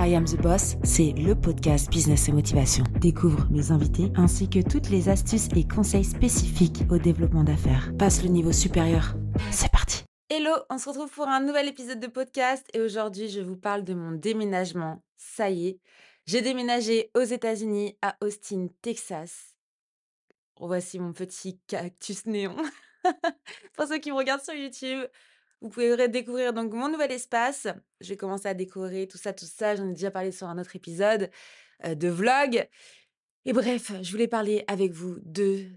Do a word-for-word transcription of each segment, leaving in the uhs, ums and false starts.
I Am The Boss, c'est le podcast Business et Motivation. Découvre mes invités ainsi que toutes les astuces et conseils spécifiques au développement d'affaires. Passe le niveau supérieur. C'est parti. Hello, on se retrouve pour un nouvel épisode de podcast et aujourd'hui je vous parle de mon déménagement. Ça y est, j'ai déménagé aux États-Unis, à Austin, Texas. Voici mon petit cactus néon. Pour ceux qui me regardent sur YouTube, vous pouvez découvrir donc mon nouvel espace. Je vais commencer à décorer tout ça, tout ça. J'en ai déjà parlé sur un autre épisode euh, de vlog. Et bref, je voulais parler avec vous de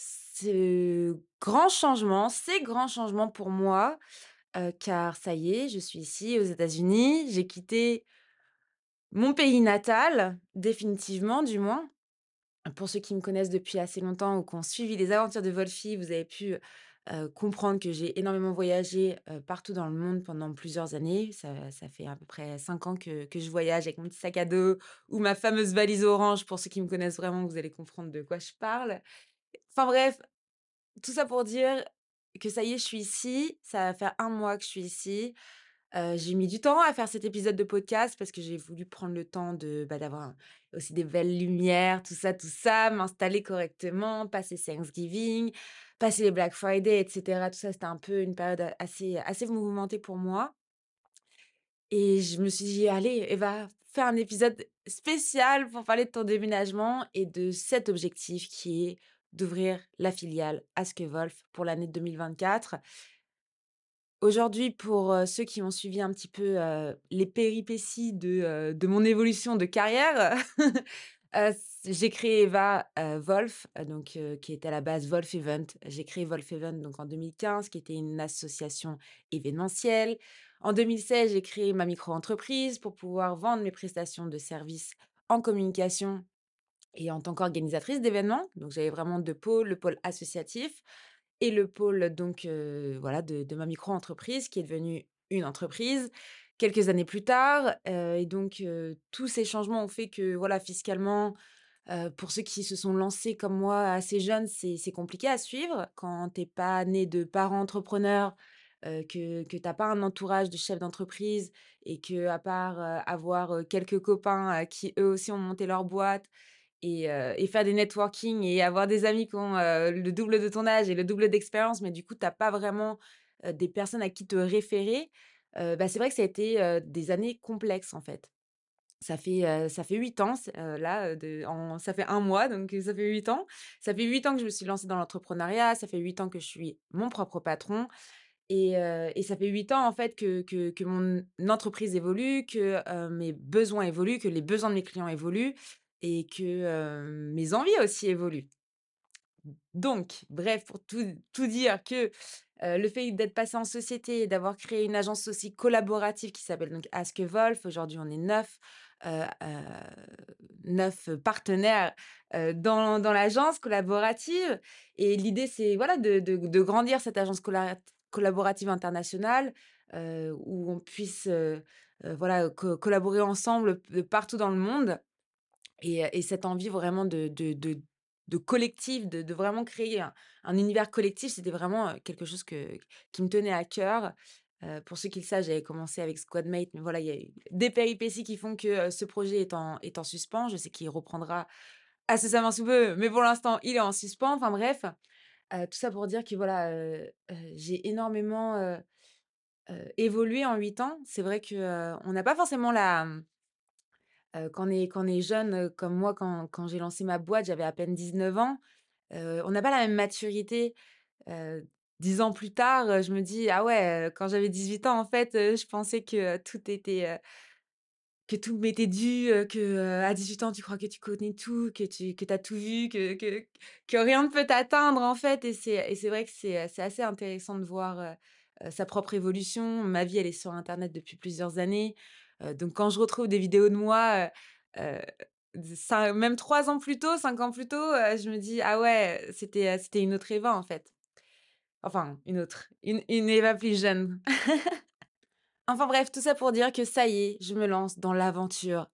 ce grand changement, ces grands changements pour moi, euh, car ça y est, je suis ici aux États-Unis. J'ai quitté mon pays natal, définitivement du moins. Pour ceux qui me connaissent depuis assez longtemps ou qui ont suivi les aventures de Wolfie, vous avez pu euh, comprendre que j'ai énormément voyagé euh, partout dans le monde pendant plusieurs années. Ça, ça fait à peu près cinq ans que, que je voyage avec mon petit sac à dos ou ma fameuse valise orange. Pour ceux qui me connaissent vraiment, vous allez comprendre de quoi je parle. Enfin bref, tout ça pour dire que ça y est, je suis ici. Ça va faire un mois que je suis ici. Heu, j'ai mis du temps à faire cet épisode de podcast parce que j'ai voulu prendre le temps de, bah, d'avoir un aussi des belles lumières, tout ça, tout ça, m'installer correctement, passer Thanksgiving, passer les Black Friday et cetera. Tout ça, c'était un peu une période a assez assez mouvementée pour moi et je me suis dit: «Allez, Eva, fais un épisode spécial pour parler de ton déménagement et de cet objectif qui est d'ouvrir la filiale Ask Wolf pour l'année deux mille vingt-quatre». Aujourd'hui, pour, heu, ceux qui ont suivi un petit peu, heu, les péripéties de, heu, de mon évolution de carrière, heu, c j'ai créé Eva, heu, Wolf, heu, donc heu, qui était à la base Wolf Event. J'ai créé Wolf Event donc en deux mille quinze, qui était une association événementielle. En deux mille seize, j'ai créé ma micro-entreprise pour pouvoir vendre mes prestations de services en communication et en tant qu'organisatrice d'événements. Donc j'avais vraiment deux pôles, le pôle associatif et le pôle donc heu, voilà de de ma micro-entreprise qui est devenue une entreprise quelques années plus tard, heu et donc heu, tous ces changements ont fait que voilà fiscalement, heu, pour ceux qui se sont lancés comme moi assez jeunes, c'est c'est compliqué à suivre quand tu es pas né de parents entrepreneurs, heu, que que tu as pas un entourage de chefs d'entreprise et qu'à part, heu, avoir, heu, quelques copains, heu, qui eux aussi ont monté leur boîte et heu et faire des networking et avoir des amis qui ont, heu, le double de ton âge et le double d'expérience, mais du coup, tu as pas vraiment, heu, des personnes à qui te référer, heu, bah, c'est vrai que ça a été, heu, des années complexes, en fait. Ça fait, heu, ça fait huit ans, c heu, là, heu, de en ça fait un mois, donc heu, ça fait huit ans. Ça fait huit ans que je me suis lancée dans l'entrepreneuriat, ça fait huit ans que je suis mon propre patron et heu et ça fait huit ans, en fait, que que que mon entreprise évolue, que, heu, mes besoins évoluent, que les besoins de mes clients évoluent et que, heu, mes envies aussi évoluent. Donc, bref, pour tout tout dire que, heu, le fait d'être passée en société et d'avoir créé une agence aussi collaborative qui s'appelle donc Ask Wolf. Aujourd'hui, on est neuf, heu heu, neuf partenaires, heu, dans dans l'agence collaborative et l'idée, c'est voilà de de de grandir cette agence collat collaborative internationale, heu, où on puisse, heu heu, voilà, co collaborer ensemble de partout dans le monde. Et heu et cette envie vraiment de de de de collectif, de de vraiment créer un un univers collectif, c'était vraiment, heu, quelque chose que qui me tenait à cœur. Heu, pour ceux qui le savent, j'avais commencé avec Squadmate, mais voilà, il y a eu des péripéties qui font que, heu, ce projet est en est en suspens. Je sais qu'il reprendra incessamment sous peu, mais pour l'instant, il est en suspens. Enfin bref, heu, tout ça pour dire que voilà, heu heu, j'ai énormément, heu heu, évolué en huit ans. C'est vrai que, heu, on n'a pas forcément la, mmh Heu, quand on est quand on est jeune, heu, comme moi, quand quand j'ai lancé ma boîte, j'avais à peine dix-neuf ans, heu, on n'a pas la même maturité. Heu, dix ans plus tard, heu, je me dis: «Ah ouais, heu, quand j'avais dix-huit ans, en fait, heu, je pensais que, heu, tout était, heu, que tout m'était dû, heu, que, heu, à dix-huit ans, tu crois que tu connais tout, que tu que tu as tout vu, que que que rien ne peut t'atteindre, en fait» et c'est et c'est vrai que c'est, heu, c'est assez intéressant de voir, heu heu, sa propre évolution. Ma vie, elle est sur internet depuis plusieurs années, heu, donc quand je retrouve des vidéos de moi, heu heu, d cin même trois ans plus tôt, cinq ans plus tôt, heu, je me dis: «Ah ouais, c'était, heu, c'était une autre Eva, en fait». Enfin, une autre, une une Eva plus jeune. Enfin bref, tout ça pour dire que ça y est, je me lance dans l'aventure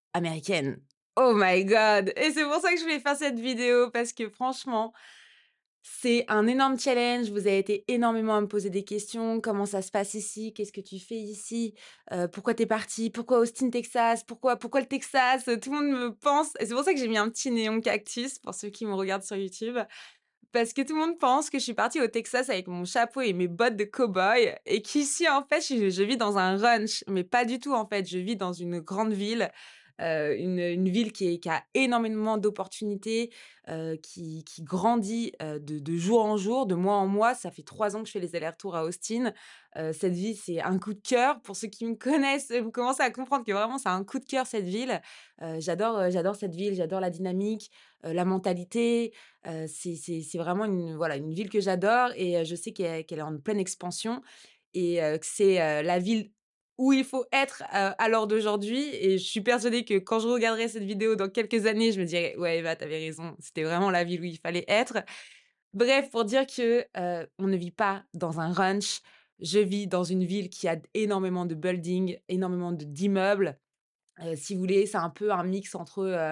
américaine. Oh my god! Et c'est pour ça que je voulais faire cette vidéo parce que franchement, C'est un énorme challenge. Vous avez été énormément à me poser des questions. Comment ça se passe ici? Qu'est-ce que tu fais ici? Heu, pourquoi tu es parti? Pourquoi Austin, Texas? Pourquoi pourquoi le Texas? Tout le monde me pense et c'est pour ça que j'ai mis un petit néon cactus pour ceux qui me regardent sur YouTube. Parce que tout le monde pense que je suis partie au Texas avec mon chapeau et mes bottes de cow-boy et qu'ici, en fait, je je vis dans un ranch, mais pas du tout, en fait. Je vis dans une grande ville, heu, une une ville qui est qui a énormément d'opportunités, heu, qui qui grandit, heu, de de jour en jour, de mois en mois. Ça fait trois ans que je fais les allers-retours à Austin. Heu, cette ville, c'est un coup de cœur. Pour ceux qui me connaissent, vous commencez à comprendre que vraiment c'est un coup de cœur cette ville. Heu, j'adore, heu, j'adore cette ville, j'adore la dynamique, heu, la mentalité. Heu, c'est c'est c'est vraiment une voilà, une ville que j'adore et heu, je sais qu'elle qu'elle est en pleine expansion et heu, que c'est, heu, la ville où il faut être, heu, à l'heure d'aujourd'hui et je suis persuadée que quand je regarderai cette vidéo dans quelques années, je me dirai: «Ouais, Eva, tu avais raison, c'était vraiment la ville où il fallait être». Bref, pour dire que, heu, on ne vit pas dans un ranch. Je vis dans une ville qui a d énormément de buildings, énormément de d'immeubles. Heu, si vous voulez, c'est un peu un mix entre, heu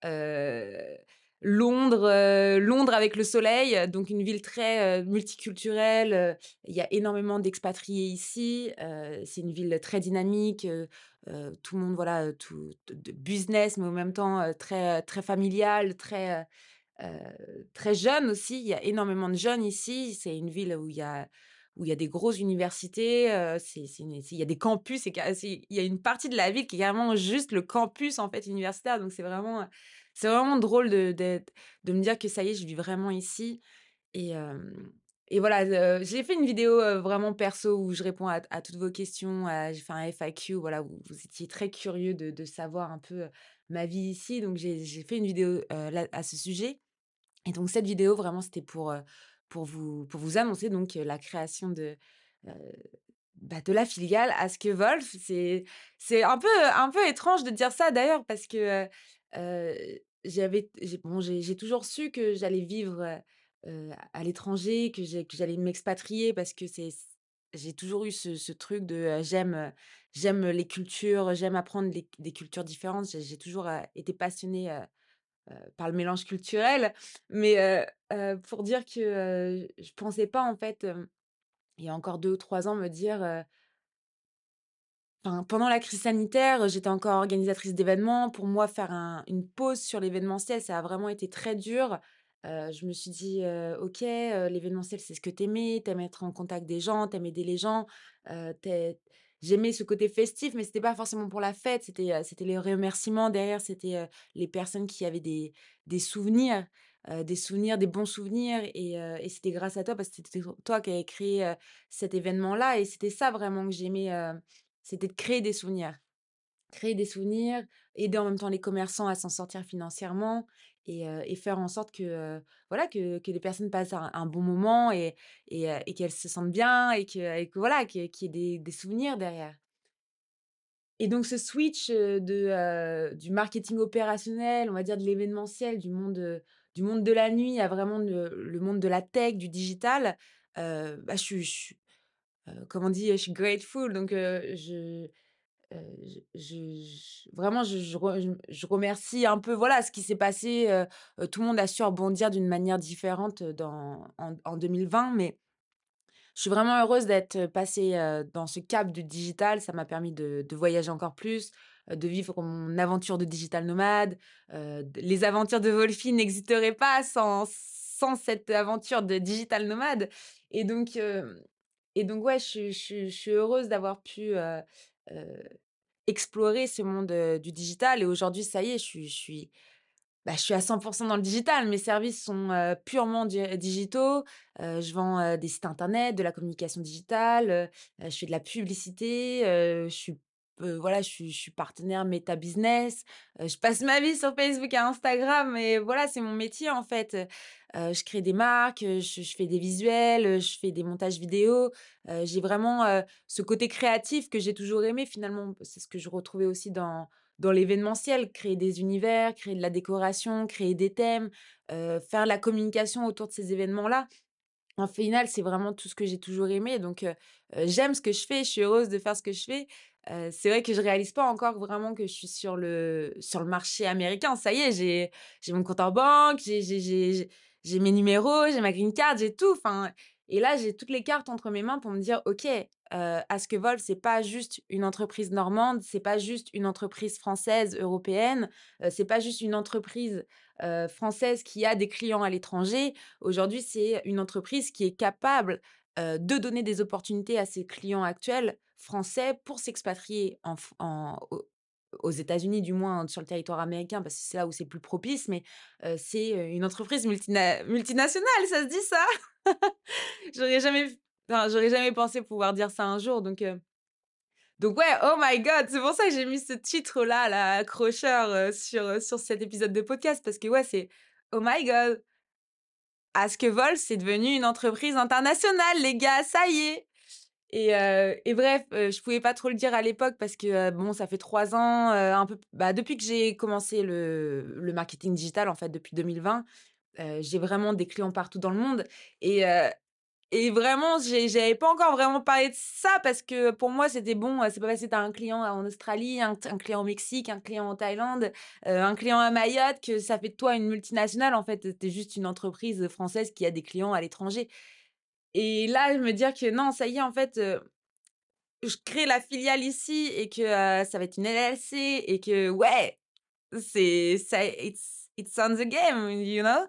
heu, Londres, heu, Londres avec le soleil, heu, donc une ville très, heu, multiculturelle, heu, il y a énormément d'expatriés ici, heu, c'est une ville très dynamique, heu heu, tout le monde, voilà, heu, tout de de business, mais en même temps, heu, très, heu, très familial, très, heu heu, très jeune aussi. Il y a énormément de jeunes ici. C'est une ville où il y a où il y a des grosses universités, heu, c'est c'est une c'est il y a des campus, c'est ca c'est il y a une partie de la ville qui est carrément juste le campus, en fait, universitaire. Donc c'est vraiment, heu, c'est vraiment drôle de d'être de me dire que ça y est, je vis vraiment ici et hem et voilà, heu, j'ai fait une vidéo, heu, vraiment perso où je réponds à à toutes vos questions, heu, j'ai fait un F A Q, voilà, où vous étiez très curieux de de savoir un peu, heu, ma vie ici. Donc j'ai j'ai fait une vidéo, heu, là à ce sujet et donc cette vidéo, vraiment, c'était pour, heu, pour vous pour vous annoncer donc, heu, la création de, heu, bah, de la filiale Ask Wolf. C'est c'est un peu, un peu étrange de dire ça d'ailleurs parce que, heu heu, j'avais j'ai bon, j'ai j'ai toujours su que j'allais vivre, heu heu, à l'étranger, que j'ai que j'allais m'expatrier parce que c'est c j'ai toujours eu ce ce truc de, heu, j'aime, heu, j'aime les cultures, j'aime apprendre les des cultures différentes. J'ai j'ai toujours, heu, été passionnée, heu heu, par le mélange culturel. Mais heu heu, pour dire que, heu, je pensais pas en fait, hem, il y a encore deux ou trois ans me dire, heu enfin, pendant la crise sanitaire, j'étais encore organisatrice d'événements. Pour moi, faire un une pause sur l'événementiel, ça a vraiment été très dur. Heu, je me suis dit: «Heu, OK, heu, l'événementiel, c'est ce que tu aimais. Tu aimes être en contact des gens, tu aimes aider les gens, heu, tu es» j'aimais ce côté festif, mais c'était pas forcément pour la fête, c'était, heu, c'était les remerciements derrière, c'était, heu, les personnes qui avaient des des souvenirs, heu, des souvenirs, des bons souvenirs et heu et c'était grâce à toi parce que c'était toi qui avais créé, heu, cet événement-là et c'était ça vraiment que j'aimais, heu c'était de créer des souvenirs. Créer des souvenirs, aider en même temps les commerçants à s'en sortir financièrement et heu et faire en sorte que, heu, voilà, que que les personnes passent un un bon moment et et heu et qu'elles se sentent bien et que et que voilà, qu'il y ait qu'il y ait des des souvenirs derrière. Et donc ce switch, heu, de, heu, du marketing opérationnel, on va dire de l'événementiel, du monde, heu, du monde de la nuit à vraiment le le monde de la tech, du digital, heu, bah, je suis je suis, heu, comme on dit, je suis grateful donc heu, je Heu, je je je vraiment je je re je je remercie un peu, voilà, ce qui s'est passé, heu heu, tout le monde a su rebondir d'une manière différente, dans en en deux mille vingt, mais je suis vraiment heureuse d'être passée, heu, dans ce cap du digital. Ça m'a permis de de voyager encore plus, heu, de vivre mon aventure de digital nomade. Heu, d Les aventures de Wolfie n'existeraient pas sans sans cette aventure de digital nomade et donc hem et donc ouais, je suis je suis je suis heureuse d'avoir pu, heu heu, explorer ce monde, heu, du digital et aujourd'hui, ça y est, je suis je suis bah, je suis à cent dans le digital. Mes services sont, heu, purement di digitaux. Heu, je vends, heu, des sites internet, de la communication digitale, heu heu, je fais de la publicité, heu, je suis heu, voilà, je suis je suis partenaire Meta Business. Heu, je passe ma vie sur Facebook et Instagram et voilà, c'est mon métier, en fait. Heu je crée des marques, heu, je je fais des visuels, heu, je fais des montages vidéo. Heu, j'ai vraiment, heu, ce côté créatif que j'ai toujours aimé, finalement. C'est ce que je retrouvais aussi dans dans l'événementiel, créer des univers, créer de la décoration, créer des thèmes, heu, faire la communication autour de ces événements-là. En final, c'est vraiment tout ce que j'ai toujours aimé donc heu heu, j'aime ce que je fais, je suis heureuse de faire ce que je fais. Heu, c'est vrai que je réalise pas encore vraiment que je suis sur le sur le marché américain. Ça y est, j'ai j'ai mon compte en banque, j'ai j'ai j'ai j'ai j'ai mes numéros, j'ai ma green card, j'ai tout. Enfin, et là, j'ai toutes les cartes entre mes mains pour me dire, OK, heu, Askewolf, c'est pas juste une entreprise normande, c'est pas juste une entreprise française, européenne, heu, c'est pas juste une entreprise, heu, française qui a des clients à l'étranger. Aujourd'hui, c'est une entreprise qui est capable, heu, de donner des opportunités à ses clients actuels français pour s'expatrier en f en au aux États-Unis, du moins sur le territoire américain, parce que c'est là où c'est plus propice, mais heu, c'est, heu, une entreprise multina multinationale, ça se dit ça? J'aurais jamais enfin, j'aurais jamais pensé pouvoir dire ça un jour, donc heu, donc ouais, oh my god! C'est pour ça que j'ai mis ce titre-là, là, accrocheur, heu, sur, heu, sur cet épisode de podcast parce que ouais, c'est oh my god! Askewolf, c'est devenu une entreprise internationale, les gars, ça y est! Et heu et bref, heu, je pouvais pas trop le dire à l'époque parce que, heu, bon, ça fait trois ans, heu, un peu bah, depuis que j'ai commencé le le marketing digital, en fait, depuis deux mille vingt, heu, j'ai vraiment des clients partout dans le monde et heu et vraiment, j'ai j'avais pas encore vraiment parlé de ça parce que pour moi, c'était bon, heu, c'est pas parce que tu as un client en Australie, un t un client au Mexique, un client en Thaïlande, heu, un client à Mayotte que ça fait de toi une multinationale. En fait, tu es juste une entreprise française qui a des clients à l'étranger et là, je me dire que non, ça y est, en fait, heu, je crée la filiale ici et que, heu, ça va être une L L C et que ouais, c'est ça it's it's on the game, you know?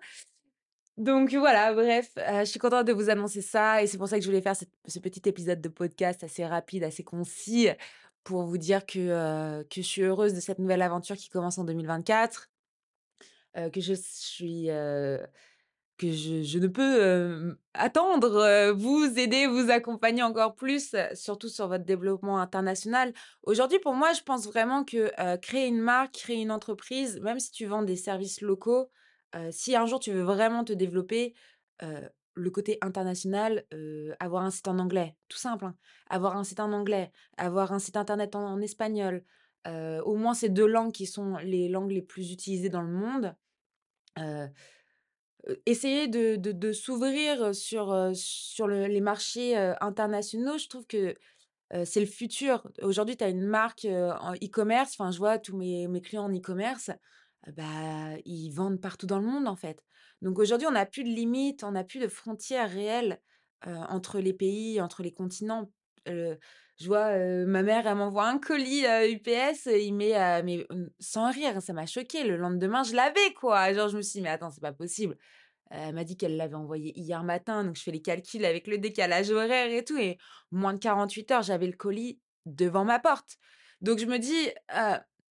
Donc voilà, bref, heu, je suis contente de vous annoncer ça et c'est pour ça que je voulais faire cette ce petit épisode de podcast assez rapide, assez concis, pour vous dire que, heu, que je suis heureuse de cette nouvelle aventure qui commence en deux mille vingt-quatre, heu, que je suis, heu que je je ne peux, hem, attendre, heu, vous aider, vous accompagner encore plus, heu, surtout sur votre développement international. Aujourd'hui, pour moi, je pense vraiment que, heu, créer une marque, créer une entreprise, même si tu vends des services locaux, heu, si un jour tu veux vraiment te développer, heu, le côté international, heu, avoir un site en anglais, tout simple, hein. Avoir un site en anglais, avoir un site internet en en espagnol, heu, au moins ces deux langues qui sont les langues les plus utilisées dans le monde, heu Heu, essayer de de de s'ouvrir, sur, heu, sur le les marchés, heu, internationaux. Je trouve que, heu, c'est le futur. Aujourd'hui, tu as une marque, heu, en e-commerce, enfin, je vois tous mes mes clients en e-commerce, heu, bah, ils vendent partout dans le monde, en fait. Donc aujourd'hui, on n'a plus de limites, on n'a plus de frontières réelles, heu, entre les pays, entre les continents. Heu, je vois, heu, ma mère, elle m'envoie un colis, heu, U P S, il met, heu, mais, mmh, sans rire, ça m'a choquée. Le lendemain, je l'avais, quoi. Genre, je me suis dit: «Mais attends, c'est pas possible». Elle m'a dit qu'elle l'avait envoyé hier matin, donc je fais les calculs avec le décalage horaire et tout et moins de quarante-huit heures, j'avais le colis devant ma porte. Donc je me dis, heu,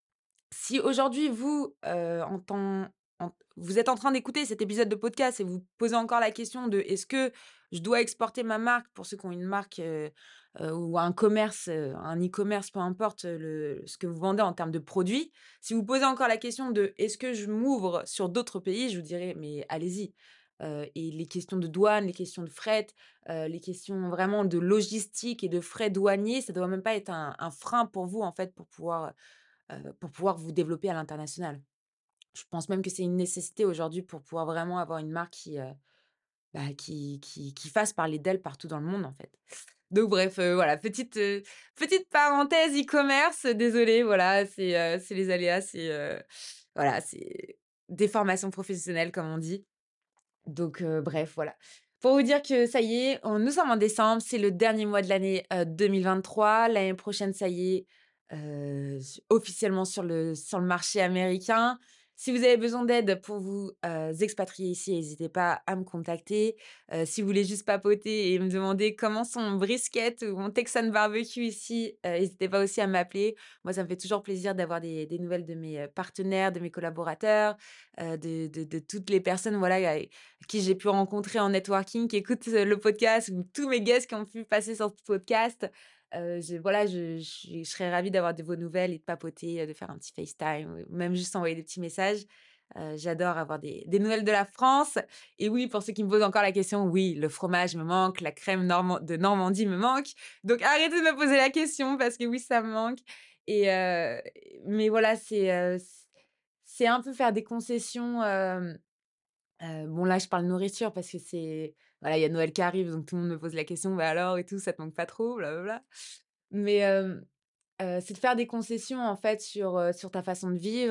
si aujourd'hui vous, heu, en tant en vous êtes en train d'écouter cet épisode de podcast et vous posez encore la question de: «Est-ce que je dois exporter ma marque?» pour ceux qui ont une marque, heu heu, ou un commerce, heu, un e-commerce, peu importe, le ce que vous vendez en termes de produits. Si vous posez encore la question de: «Est-ce que je m'ouvre sur d'autres pays?» je vous dirais: «Mais allez-y». Heu et les questions de douane, les questions de fret, heu, les questions vraiment de logistique et de frais douaniers, ça doit même pas être un un frein pour vous, en fait, pour pouvoir, heu, pour pouvoir vous développer à l'international. Je pense même que c'est une nécessité aujourd'hui pour pouvoir vraiment avoir une marque qui, heu, bah, qui qui qui fasse parler d'elle partout dans le monde, en fait. Donc bref, heu, voilà, petite, heu, petite parenthèse e-commerce, désolée, voilà, c'est, heu, c'est les aléas, c'est, heu, voilà, c'est des formations professionnelles, comme on dit. Donc heu, bref, voilà. Pour vous dire que ça y est, on nous sommes en décembre, c'est le dernier mois de l'année, heu, deux mille vingt-trois. L'année prochaine, ça y est, heu, s officiellement sur le sur le marché américain. Si vous avez besoin d'aide pour vous, heu, expatrier ici, n'hésitez pas à me contacter. Heu, si vous voulez juste papoter et me demander comment sont mon brisket ou mon Texan barbecue ici, heu, n'hésitez pas aussi à m'appeler. Moi, ça me fait toujours plaisir d'avoir des des nouvelles de mes, heu, partenaires, de mes collaborateurs, heu, de de de toutes les personnes, voilà, qui j'ai pu rencontrer en networking, qui écoutent, heu, le podcast ou tous mes guests qui ont pu passer sur ce podcast. Heu, je voilà, je je je serais ravie d'avoir de vos nouvelles et de papoter, heu, de faire un petit FaceTime ou même juste envoyer des petits messages. Heu, j'adore avoir des des nouvelles de la France et oui, pour ceux qui me posent encore la question, oui, le fromage me manque, la crème norman de Normandie me manque. Donc arrêtez de me poser la question parce que oui, ça me manque et heu, mais voilà, c'est, heu, c c'est un peu faire des concessions, hem Heu, bon là, je parle nourriture parce que c'est voilà, il y a Noël qui arrive, donc tout le monde me pose la question: «Bah alors et tout, ça te manque pas trop?» blablabla. Mais, hem, heu, c'est de faire des concessions en fait sur, heu, sur ta façon de vivre,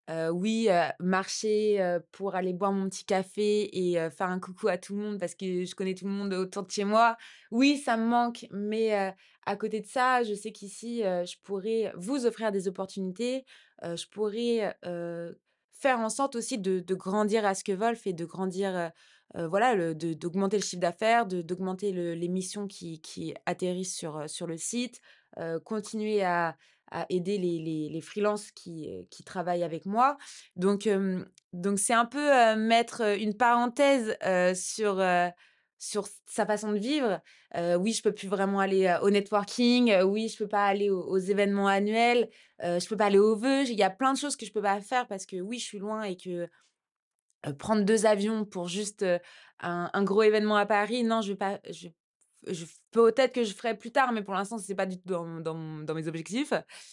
Euh, oui, euh, marcher euh, pour aller boire mon petit café et euh, faire un coucou à tout le monde parce que je connais tout le monde autour de chez moi. Oui, ça me manque, mais euh, à côté de ça, je sais qu'ici, euh, je pourrais vous offrir des opportunités. Euh, je pourrais euh, faire en sorte aussi de, de grandir à Askevolf et de grandir, euh, euh, voilà, le- de- d'augmenter le chiffre d'affaires, de, d'augmenter le- les missions qui, qui atterrissent sur, euh, sur le site, euh, continuer à à aider les, les, les freelances qui, euh, qui travaillent avec moi. Donc, euh, donc c'est un peu euh, mettre une parenthèse euh, sur, euh, sur sa façon de vivre. Euh, oui, je peux plus vraiment aller euh, au networking. Euh, oui, je peux pas aller aux, aux événements annuels. Euh, je peux pas aller aux vœux. Il y a plein de choses que je peux pas faire parce que oui, je suis loin et que euh, prendre deux avions pour juste euh, un, un gros événement à Paris, non, je vais pas. Je, je, peut-être que je ferai plus tard, mais pour l'instant, c'est pas du tout dans, dans, dans mes objectifs.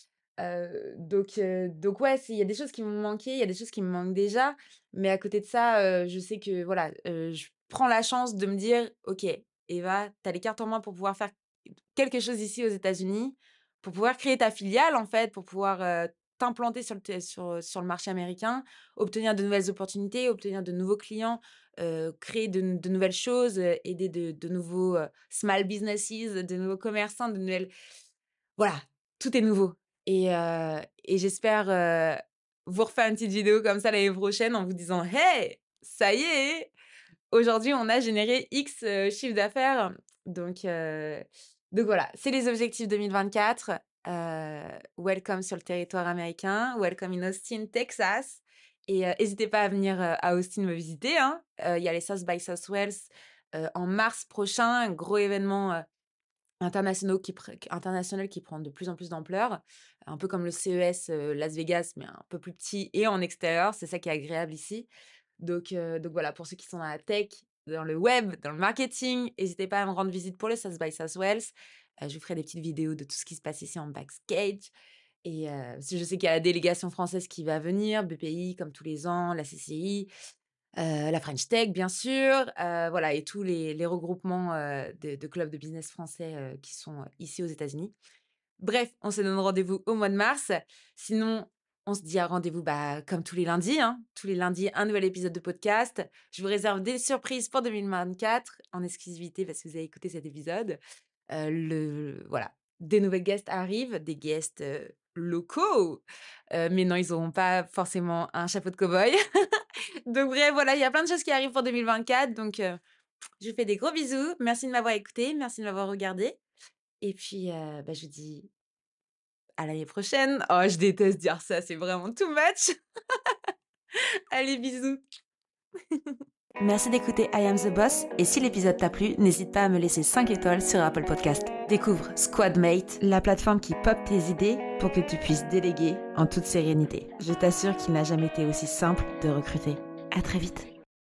Heu, donc heu, donc ouais, c'est il y a des choses qui m'ont manqué, il y a des choses qui me manquent déjà, mais à côté de ça, heu, je sais que voilà, heu, je prends la chance de me dire: «OK, Eva, tu as les cartes en main pour pouvoir faire quelque chose ici aux États-Unis, pour pouvoir créer ta filiale en fait, pour pouvoir, heu, t'implanter sur le té sur, sur le marché américain, obtenir de nouvelles opportunités, obtenir de nouveaux clients, heu, créer de de nouvelles choses, heu, aider de de nouveaux, heu, small businesses, de nouveaux commerçants, de nouvelles» voilà, tout est nouveau et heu et j'espère, heu, vous refaire une petite vidéo comme ça l'année prochaine en vous disant: «Hey, ça y est, aujourd'hui on a généré X, heu, chiffre d'affaires». Donc heu, donc voilà, c'est les objectifs deux mille vingt-quatre. Heu, welcome sur le territoire américain, welcome in Austin, Texas et heu, hésitez pas à venir, heu, à Austin me visiter, hein. Heu, il y a les South by Southwest, heu, en mars prochain, un gros événement, heu internationaux qui pr international qui prend de plus en plus d'ampleur, un peu comme le C E S, heu, Las Vegas, mais un peu plus petit et en extérieur. C'est ça qui est agréable ici. Donc heu, donc voilà, pour ceux qui sont dans la tech, dans le web, dans le marketing, n'hésitez pas à me rendre visite pour le South by Southwest. Heu, je vous ferai des petites vidéos de tout ce qui se passe ici en backstage et heu, parce que je sais qu'il y a la délégation française qui va venir, B P I comme tous les ans, la C C I, Heu, la French Tech, bien sûr, heu, voilà et tous les les regroupements, heu, de de clubs de business français, heu, qui sont, heu, ici aux États-Unis. Bref, on se donne rendez-vous au mois de mars. Sinon, on se dit à rendez-vous, bah, comme tous les lundis, hein. Tous les lundis, un nouvel épisode de podcast. Je vous réserve des surprises pour deux mille vingt-quatre en exclusivité parce que vous avez écouté cet épisode. Heu, le voilà, des nouvelles guests arrivent, des guests, heu, locaux, heu, mais non, ils n'auront pas forcément un chapeau de cow-boy. Donc bref, voilà, il y a plein de choses qui arrivent pour deux mille vingt-quatre. Donc, heu, je vous fais des gros bisous. Merci de m'avoir écouté, merci de m'avoir regardé et puis, heu, bah, je vous dis à l'année prochaine. Oh, je déteste dire ça, c'est vraiment too much. Allez, bisous. Merci d'écouter I Am The Boss et si l'épisode t'a plu, n'hésite pas à me laisser cinq étoiles sur Apple Podcast. Découvre Squadmate, la plateforme qui pop tes idées pour que tu puisses déléguer en toute sérénité. Je t'assure qu'il n'a jamais été aussi simple de recruter. À très vite.